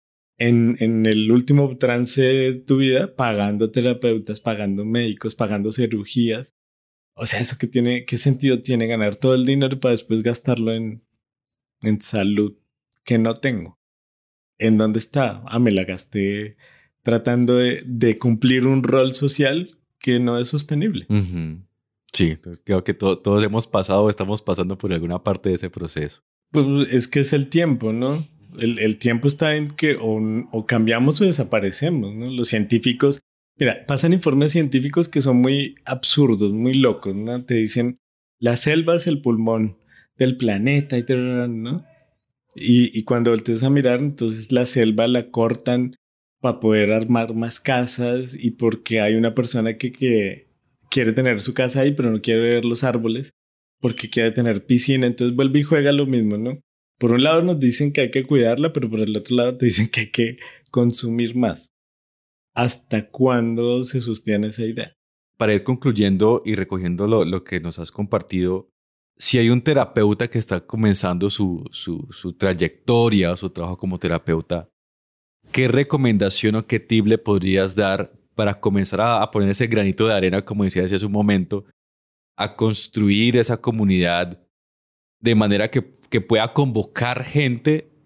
en el último trance de tu vida, pagando terapeutas, pagando médicos, pagando cirugías. O sea, ¿eso qué sentido tiene ganar todo el dinero para después gastarlo en salud que no tengo? ¿En dónde está? Me la gasté tratando de cumplir un rol social que no es sostenible. Uh-huh. Sí, creo que todos hemos pasado o estamos pasando por alguna parte de ese proceso. Pues es que es el tiempo, ¿no? El tiempo está en que o cambiamos o desaparecemos, ¿no? Los científicos, mira, pasan informes científicos que son muy absurdos, muy locos, ¿no? Te dicen, la selva es el pulmón del planeta, ¿no? Y cuando volteas a mirar, entonces la selva la cortan para poder armar más casas y porque hay una persona que quiere tener su casa ahí, pero no quiere ver los árboles porque quiere tener piscina, entonces vuelve y juega lo mismo, ¿no? Por un lado nos dicen que hay que cuidarla, pero por el otro lado te dicen que hay que consumir más. ¿Hasta cuándo se sostiene esa idea? Para ir concluyendo y recogiendo lo que nos has compartido, si hay un terapeuta que está comenzando su trayectoria o su trabajo como terapeuta, ¿qué recomendación o qué tip le podrías dar para comenzar a poner ese granito de arena, como decía hace un momento, a construir esa comunidad de manera que pueda convocar gente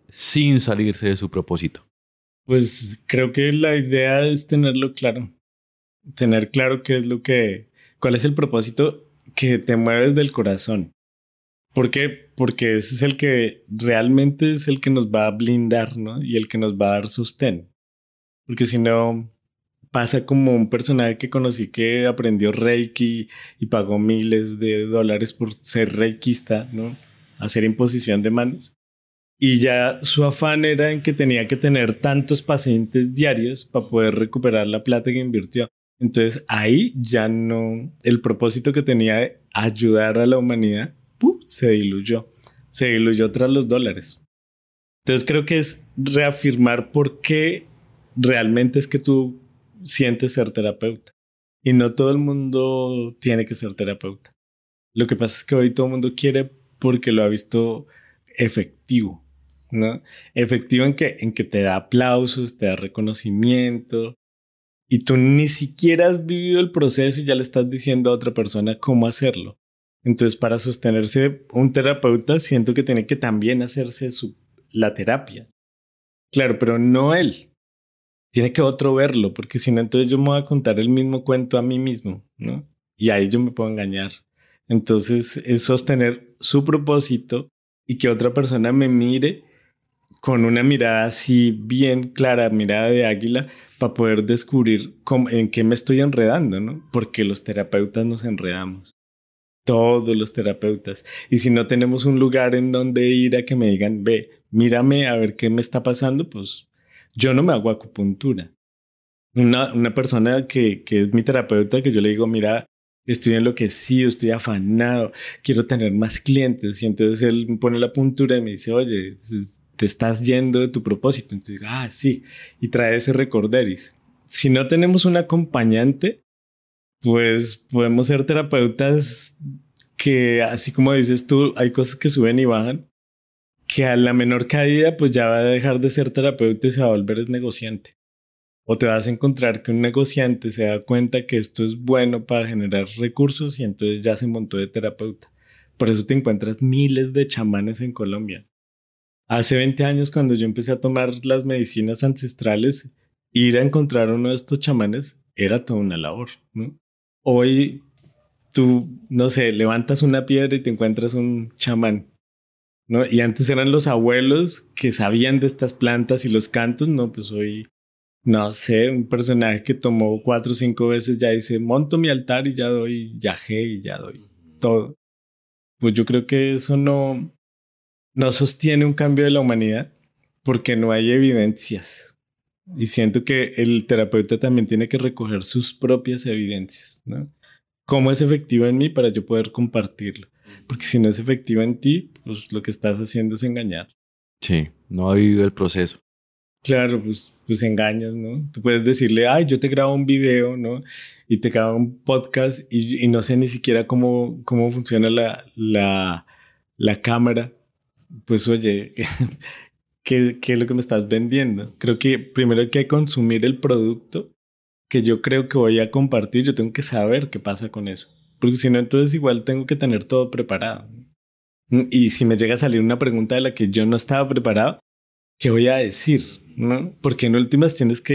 sin salirse de su propósito? Pues creo que la idea es tenerlo claro. Tener claro cuál es el propósito que te mueves del corazón. ¿Por qué? Porque ese es el que realmente es el que nos va a blindar, ¿no? Y el que nos va a dar sostén. Porque si no, pasa como un personaje que conocí que aprendió Reiki y pagó miles de dólares por ser reikista, ¿no? Hacer imposición de manos. Y ya su afán era en que tenía que tener tantos pacientes diarios para poder recuperar la plata que invirtió. Entonces ahí ya no, el propósito que tenía de ayudar a la humanidad, se diluyó. Se diluyó tras los dólares. Entonces creo que es reafirmar por qué realmente es que tú sientes ser terapeuta. Y no todo el mundo tiene que ser terapeuta. Lo que pasa es que hoy todo el mundo quiere porque lo ha visto efectivo, ¿no? Efectivo en que te da aplausos, te da reconocimiento y tú ni siquiera has vivido el proceso y ya le estás diciendo a otra persona cómo hacerlo. Entonces, para sostenerse un terapeuta, siento que tiene que también hacerse la terapia. Claro, pero no él. Tiene que otro verlo, porque si no, entonces yo me voy a contar el mismo cuento a mí mismo, ¿no? Y ahí yo me puedo engañar. Entonces, es sostener su propósito y que otra persona me mire con una mirada así bien clara, mirada de águila, para poder descubrir en qué me estoy enredando, ¿no? Porque los terapeutas nos enredamos. Todos los terapeutas. Y si no tenemos un lugar en donde ir a que me digan, ve, mírame a ver qué me está pasando, pues yo no me hago acupuntura. Una persona que es mi terapeuta, que yo le digo, mira, estoy enloquecido, estoy afanado, quiero tener más clientes. Y entonces él me pone la puntura y me dice, oye, te estás yendo de tu propósito. Entonces digo, sí. Y trae ese recorderis. Si no tenemos un acompañante, pues podemos ser terapeutas que, así como dices tú, hay cosas que suben y bajan, que a la menor caída pues ya va a dejar de ser terapeuta y se va a volver negociante. O te vas a encontrar que un negociante se da cuenta que esto es bueno para generar recursos y entonces ya se montó de terapeuta. Por eso te encuentras miles de chamanes en Colombia. Hace 20 años, cuando yo empecé a tomar las medicinas ancestrales, ir a encontrar uno de estos chamanes era toda una labor, ¿no? Hoy tú, no sé, levantas una piedra y te encuentras un chamán, ¿no? Y antes eran los abuelos que sabían de estas plantas y los cantos, ¿no? Pues hoy, no sé, un personaje que tomó 4 o 5 veces ya dice, monto mi altar y ya doy yagé y ya doy todo. Pues yo creo que eso no sostiene un cambio de la humanidad porque no hay evidencias. Y siento que el terapeuta también tiene que recoger sus propias evidencias, ¿no? ¿Cómo es efectiva en mí para yo poder compartirlo? Porque si no es efectiva en ti, pues lo que estás haciendo es engañar. Sí, no ha vivido el proceso. Claro, pues engañas, ¿no? Tú puedes decirle, yo te grabo un video, ¿no? Y te grabo un podcast y no sé ni siquiera cómo funciona la cámara. Pues oye, ¿qué es lo que me estás vendiendo? Creo que primero hay que consumir el producto que yo creo que voy a compartir. Yo tengo que saber qué pasa con eso. Porque si no, entonces igual tengo que tener todo preparado. Y si me llega a salir una pregunta de la que yo no estaba preparado, ¿qué voy a decir? ¿No? Porque en últimas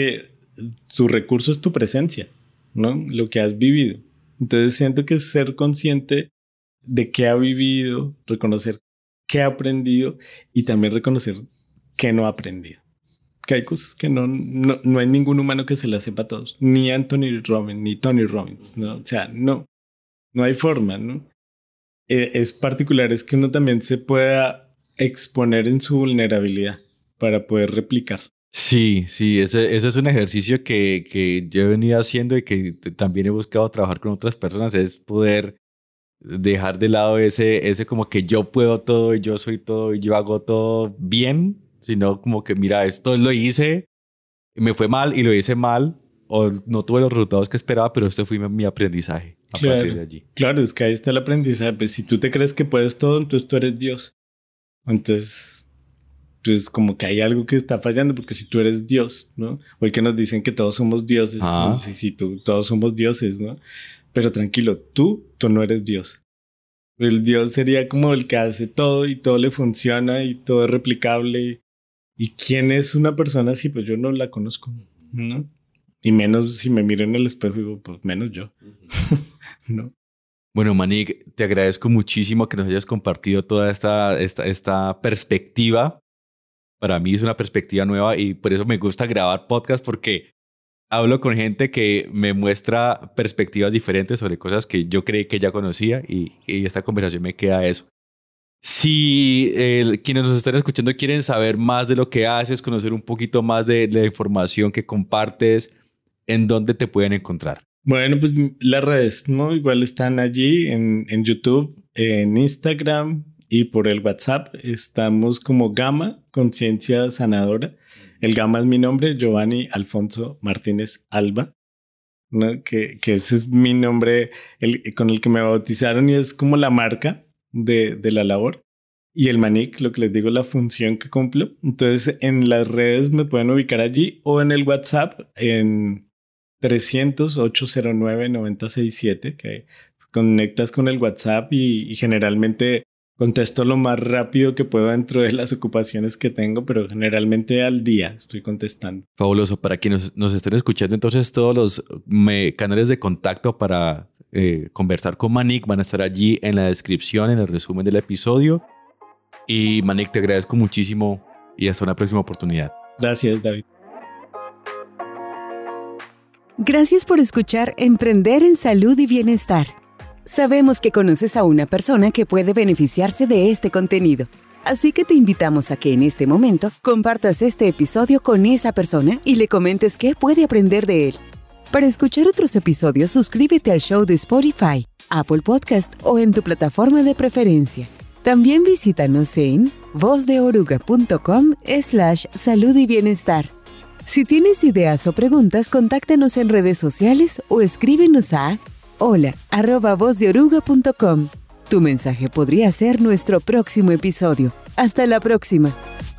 tu recurso es tu presencia, ¿no? Lo que has vivido. Entonces siento que ser consciente de qué ha vivido, reconocer qué ha aprendido y también reconocer qué no ha aprendido. Que hay cosas que no hay ningún humano que se las sepa a todos. Ni Anthony Robbins, ni Tony Robbins, ¿no? O sea, no hay forma, ¿no? Es particular, es que uno también se pueda exponer en su vulnerabilidad para poder replicar. Sí, ese es un ejercicio que yo he venido haciendo y que también he buscado trabajar con otras personas, es poder dejar de lado ese como que yo puedo todo y yo soy todo y yo hago todo bien, sino como que mira, esto lo hice, me fue mal y lo hice mal o no tuve los resultados que esperaba, pero este fue mi aprendizaje a partir de allí. Claro, es que ahí está el aprendizaje. Pues si tú te crees que puedes todo, entonces tú eres Dios. Entonces, pues como que hay algo que está fallando, porque si tú eres Dios, ¿no? Hoy que nos dicen que todos somos dioses, ¿no? Sí, todos somos dioses, ¿no? Pero tranquilo, tú no eres Dios. El Dios sería como el que hace todo y todo le funciona y todo es replicable ¿Y quién es una persona así? Pues yo no la conozco, ¿no? Y menos si me miro en el espejo y digo, pues menos yo. ¿No? Bueno, Manik, te agradezco muchísimo que nos hayas compartido toda esta perspectiva. Para mí es una perspectiva nueva y por eso me gusta grabar podcast, porque hablo con gente que me muestra perspectivas diferentes sobre cosas que yo creí que ya conocía y esta conversación me queda eso. Si quienes nos están escuchando quieren saber más de lo que haces, conocer un poquito más de la información que compartes, ¿en dónde te pueden encontrar? Bueno, pues las redes, ¿no? Igual están allí en YouTube, en Instagram y por el WhatsApp. Estamos como Gama, Conciencia Sanadora. El Gama es mi nombre, Giovanni Alfonso Martínez Alba, ¿no? Que ese es mi nombre con el que me bautizaron y es como la marca de la labor. Y el Manik, lo que les digo, la función que cumplo. Entonces, en las redes me pueden ubicar allí o en el WhatsApp en 300-809-9067, que conectas con el WhatsApp y generalmente contesto lo más rápido que puedo dentro de las ocupaciones que tengo, pero generalmente al día estoy contestando. Fabuloso. Para quienes nos estén escuchando, entonces todos los canales de contacto para conversar con Manik van a estar allí en la descripción, en el resumen del episodio. Y Manik, te agradezco muchísimo y hasta una próxima oportunidad. Gracias, David. Gracias por escuchar Emprender en Salud y Bienestar. Sabemos que conoces a una persona que puede beneficiarse de este contenido. Así que te invitamos a que en este momento compartas este episodio con esa persona y le comentes qué puede aprender de él. Para escuchar otros episodios, suscríbete al show de Spotify, Apple Podcast o en tu plataforma de preferencia. También visítanos en vozdeoruga.com/salud y bienestar. Si tienes ideas o preguntas, contáctanos en redes sociales o escríbenos a hola@vozdeoruga.com. Tu mensaje podría ser nuestro próximo episodio. Hasta la próxima.